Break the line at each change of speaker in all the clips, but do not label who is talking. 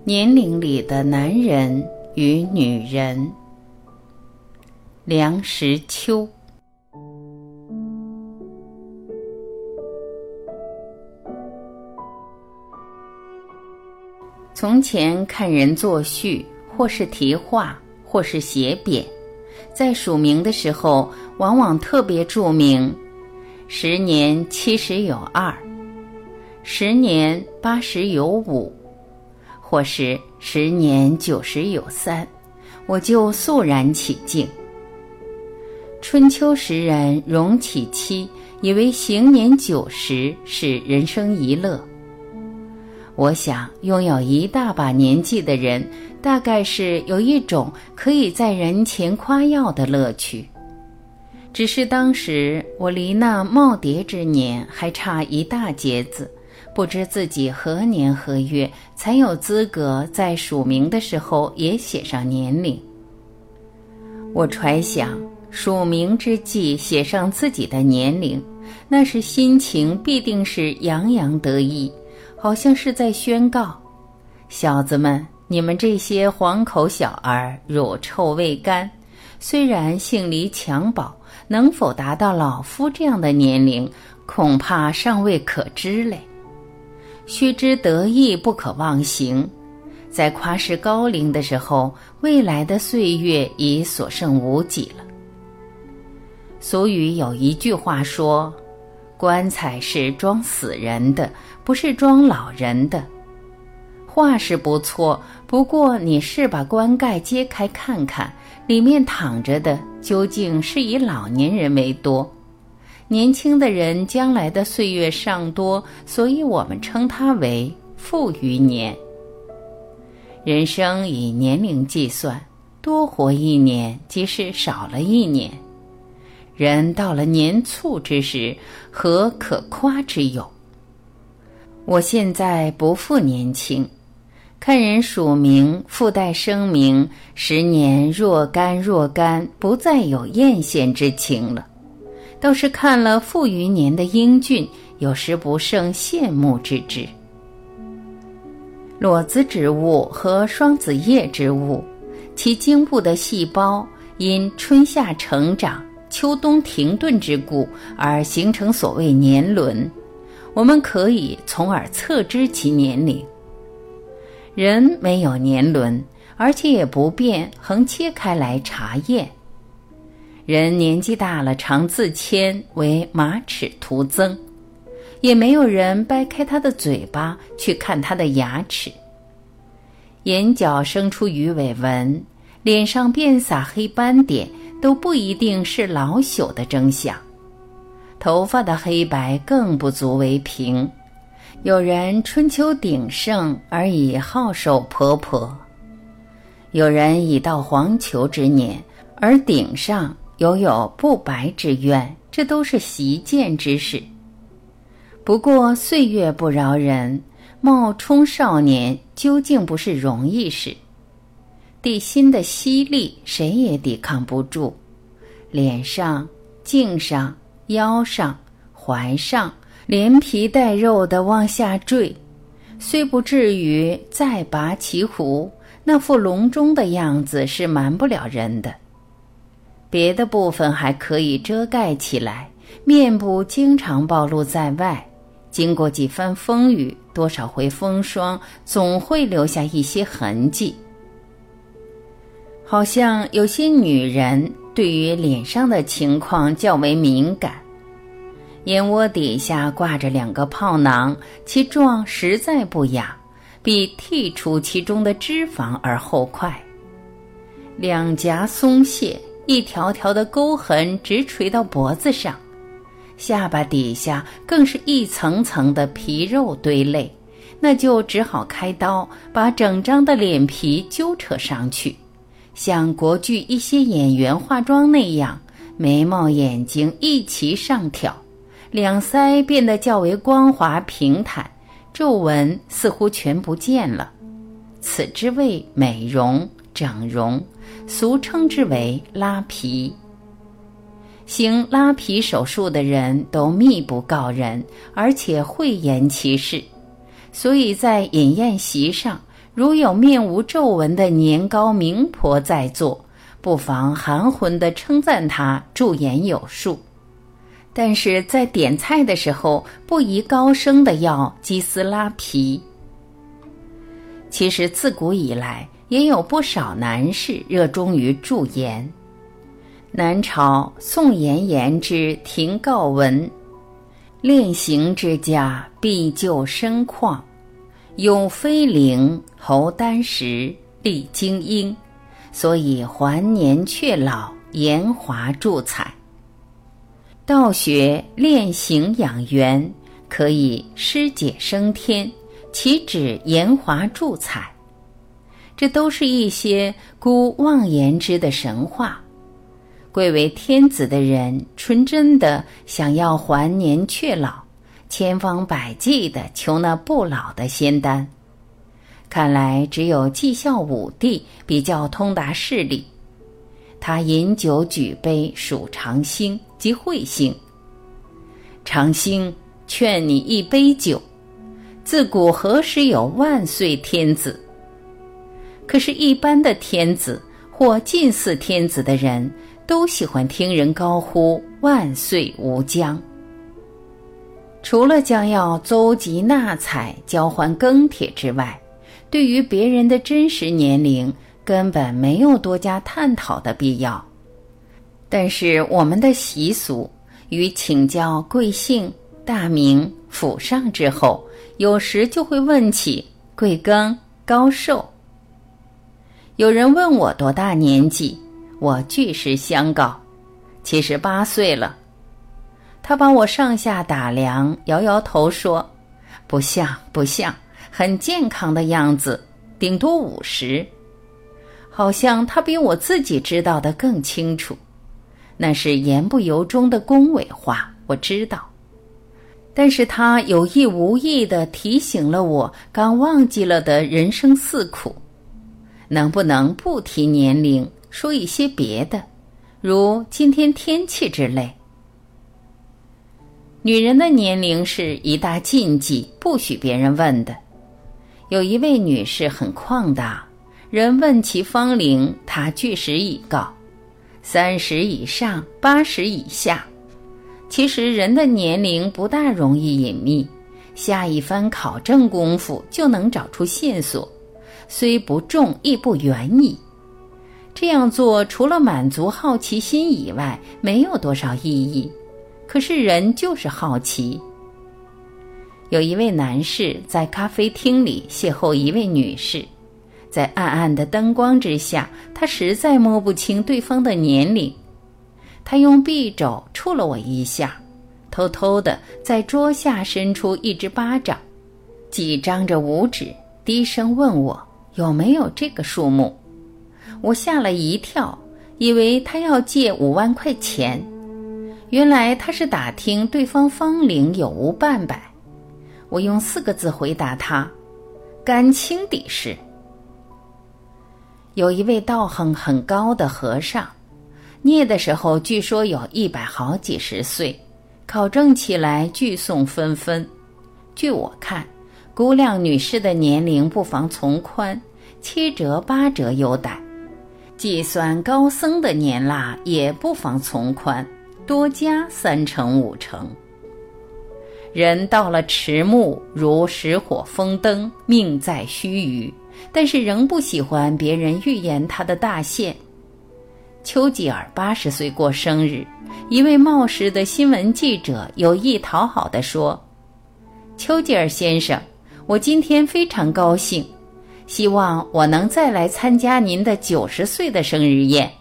年龄里的男人与女人。梁实秋。从前看人作序，或是题画，或是写匾，在署名的时候往往特别注明10年70有2， 10年80有5，或是10年90有3，我就肃然起敬。春秋时人荣启期以为行年90是人生一乐。我想拥有一大把年纪的人，大概是有一种可以在人前夸耀的乐趣。只是当时我离那耄耋之年还差一大截子，不知自己何年何月才有资格在署名的时候也写上年龄。我揣想署名之际写上自己的年龄，那时心情必定是洋洋得意，好像是在宣告：小子们，你们这些黄口小儿乳臭未干，虽然姓黎襁褓，能否达到老夫这样的年龄，恐怕尚未可知嘞。须知得意不可忘形，在夸示高龄的时候，未来的岁月已所剩无几了。俗语有一句话说，棺材是装死人的，不是装老人的。话是不错，不过你是把棺盖揭开看看，里面躺着的究竟是以老年人为多。年轻的人将来的岁月尚多，所以我们称它为富余年。人生以年龄计算，多活1年即是少了1年。人到了年卒之时，何可夸之有？我现在不复年轻，看人署名附带声明10年若干若干，不再有艳羡之情了。倒是看了富余年的英俊，有时不胜羡慕之至。裸子植物和双子叶植物，其茎部的细胞因春夏成长、秋冬停顿之故而形成所谓年轮，我们可以从而测知其年龄。人没有年轮，而且也不便横切开来查验。人年纪大了常自谦为马齿徒增，也没有人掰开他的嘴巴去看他的牙齿。眼角生出鱼尾纹，脸上遍洒黑斑点，都不一定是老朽的征象。头发的黑白更不足为凭。有人春秋鼎盛而已好手婆婆，有人已到黄裘之年而顶上有不白之冤，这都是习见之事。不过岁月不饶人，冒充少年究竟不是容易事。地心的吸力谁也抵抗不住，脸上、颈上、腰上、怀上连皮带肉的往下坠，虽不至于再拔其胡，那副笼中的样子是瞒不了人的。别的部分还可以遮盖起来，面部经常暴露在外，经过几番风雨，多少回风霜，总会留下一些痕迹。好像有些女人对于脸上的情况较为敏感，眼窝底下挂着2个泡囊，其状实在不雅，比剔除其中的脂肪而后快。两颊松懈，一条条的沟痕直垂到脖子上，下巴底下更是一层层的皮肉堆累，那就只好开刀把整张的脸皮揪扯上去，像国剧一些演员化妆那样，眉毛眼睛一齐上挑，两腮变得较为光滑平坦，皱纹似乎全不见了。此之谓美容、整容，俗称之为拉皮。行拉皮手术的人都密不告人，而且讳言其事，所以在饮宴席上， 如有面无皱纹的年高名婆在座，不妨含混地称赞他驻颜有术。但是在点菜的时候，不宜高声地要鸡丝拉皮。其实自古以来，也有不少男士热衷于驻颜。南朝宋颜言之廷告文，练行之家必就深旷，有非灵，侯丹石，历精英，所以还年却老，颜华助彩。道学练形养元，可以师解升天，岂止颜华助彩？这都是一些孤妄言之的神话。贵为天子的人，纯真的想要还年却老，千方百计的求那不老的仙丹。看来只有绩孝武帝比较通达事理。他饮酒举杯数长星，即彗星。长星，劝你一杯酒，自古何时有万岁天子？可是一般的天子或近似天子的人，都喜欢听人高呼万岁无疆。除了将要搜集纳采交换庚帖之外，对于别人的真实年龄根本没有多加探讨的必要。但是我们的习俗于请教贵姓、大名、府上之后，有时就会问起贵庚、高寿。有人问我多大年纪，我据实相告，78岁了。他把我上下打量，摇摇头说，不像，很健康的样子，顶多50。好像他比我自己知道的更清楚。那是言不由衷的恭维话，我知道。但是他有意无意地提醒了我刚忘记了的人生四苦。能不能不提年龄，说一些别的，如今天天气之类？女人的年龄是一大禁忌，不许别人问的。有一位女士很旷达，人问其芳龄，她据实以告：30以上，80以下。其实人的年龄不大容易隐秘，下一番考证功夫就能找出线索，虽不重亦不远矣。这样做除了满足好奇心以外，没有多少意义。可是人就是好奇。有一位男士在咖啡厅里邂逅一位女士，在暗暗的灯光之下，他实在摸不清对方的年龄。他用臂肘触了我一下，偷偷地在桌下伸出一只巴掌，既张着五指，低声问我有没有这个数目。我吓了一跳，以为他要借5万块钱，原来他是打听对方芳龄有无半百。我用4个字回答他：干清的事。有一位道行很高的和尚，捏的时候据说有100好几十岁，考证起来句诵纷纷。据我看，估量女士的年龄不妨从宽，7折8折优待。计算高僧的年腊也不妨从宽，多加3成5成。人到了迟暮，如石火风灯，命在须臾，但是仍不喜欢别人预言他的大限。丘吉尔80岁过生日，一位冒失的新闻记者有意讨好地说：丘吉尔先生，我今天非常高兴，希望我能再来参加您的90岁的生日宴。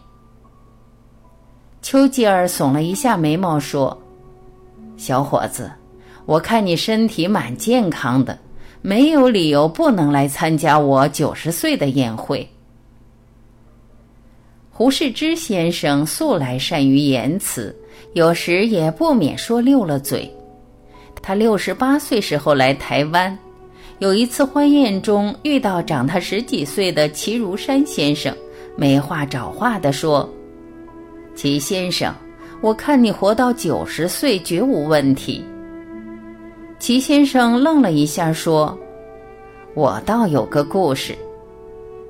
丘吉尔耸了一下眉毛说：小伙子，我看你身体蛮健康的，没有理由不能来参加我90岁的宴会。胡适之先生素来善于言辞，有时也不免说溜了嘴。他68岁时候来台湾，有一次欢宴中遇到长他10几岁的齐如山先生，没话找话地说：齐先生，我看你活到90岁绝无问题。齐先生愣了一下说：我倒有个故事，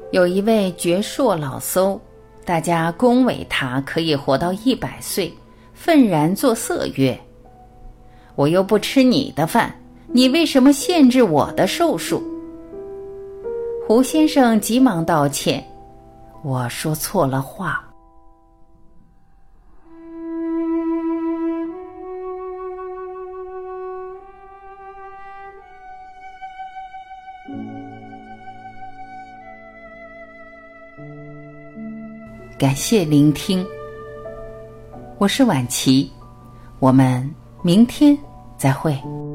有一位矍铄老叟，大家恭维他可以活到100岁，愤然作色曰：我又不吃你的饭，你为什么限制我的寿数？胡先生急忙道歉，我说错了话。感谢聆听，我是婉琪，我们明天再会。